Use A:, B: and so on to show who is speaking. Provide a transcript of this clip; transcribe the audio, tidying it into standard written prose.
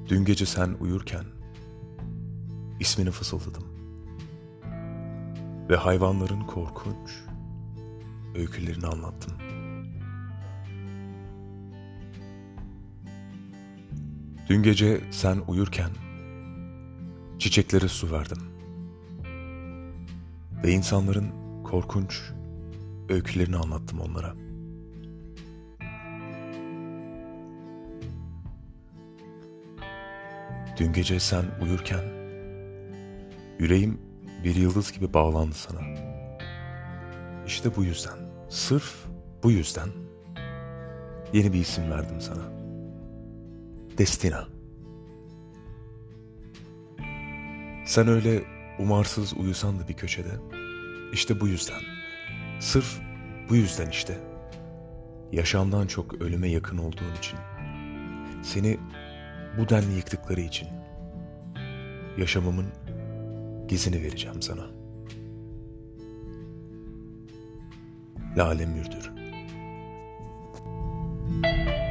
A: Dün gece sen uyurken ismini fısıldadım ve hayvanların korkunç öykülerini anlattım. Dün gece sen uyurken çiçeklere su verdim ve insanların korkunç öykülerini anlattım onlara. Dün gece sen uyurken yüreğim bir yıldız gibi bağlandı sana. İşte bu yüzden, sırf bu yüzden yeni bir isim verdim sana. Destina. Sen öyle umarsız uyusan da bir köşede, işte bu yüzden, sırf bu yüzden işte, yaşamdan çok ölüme yakın olduğun için, seni bu denli yıktıkları için, yaşamımın gizini vereceğim sana. Lale Mürdür.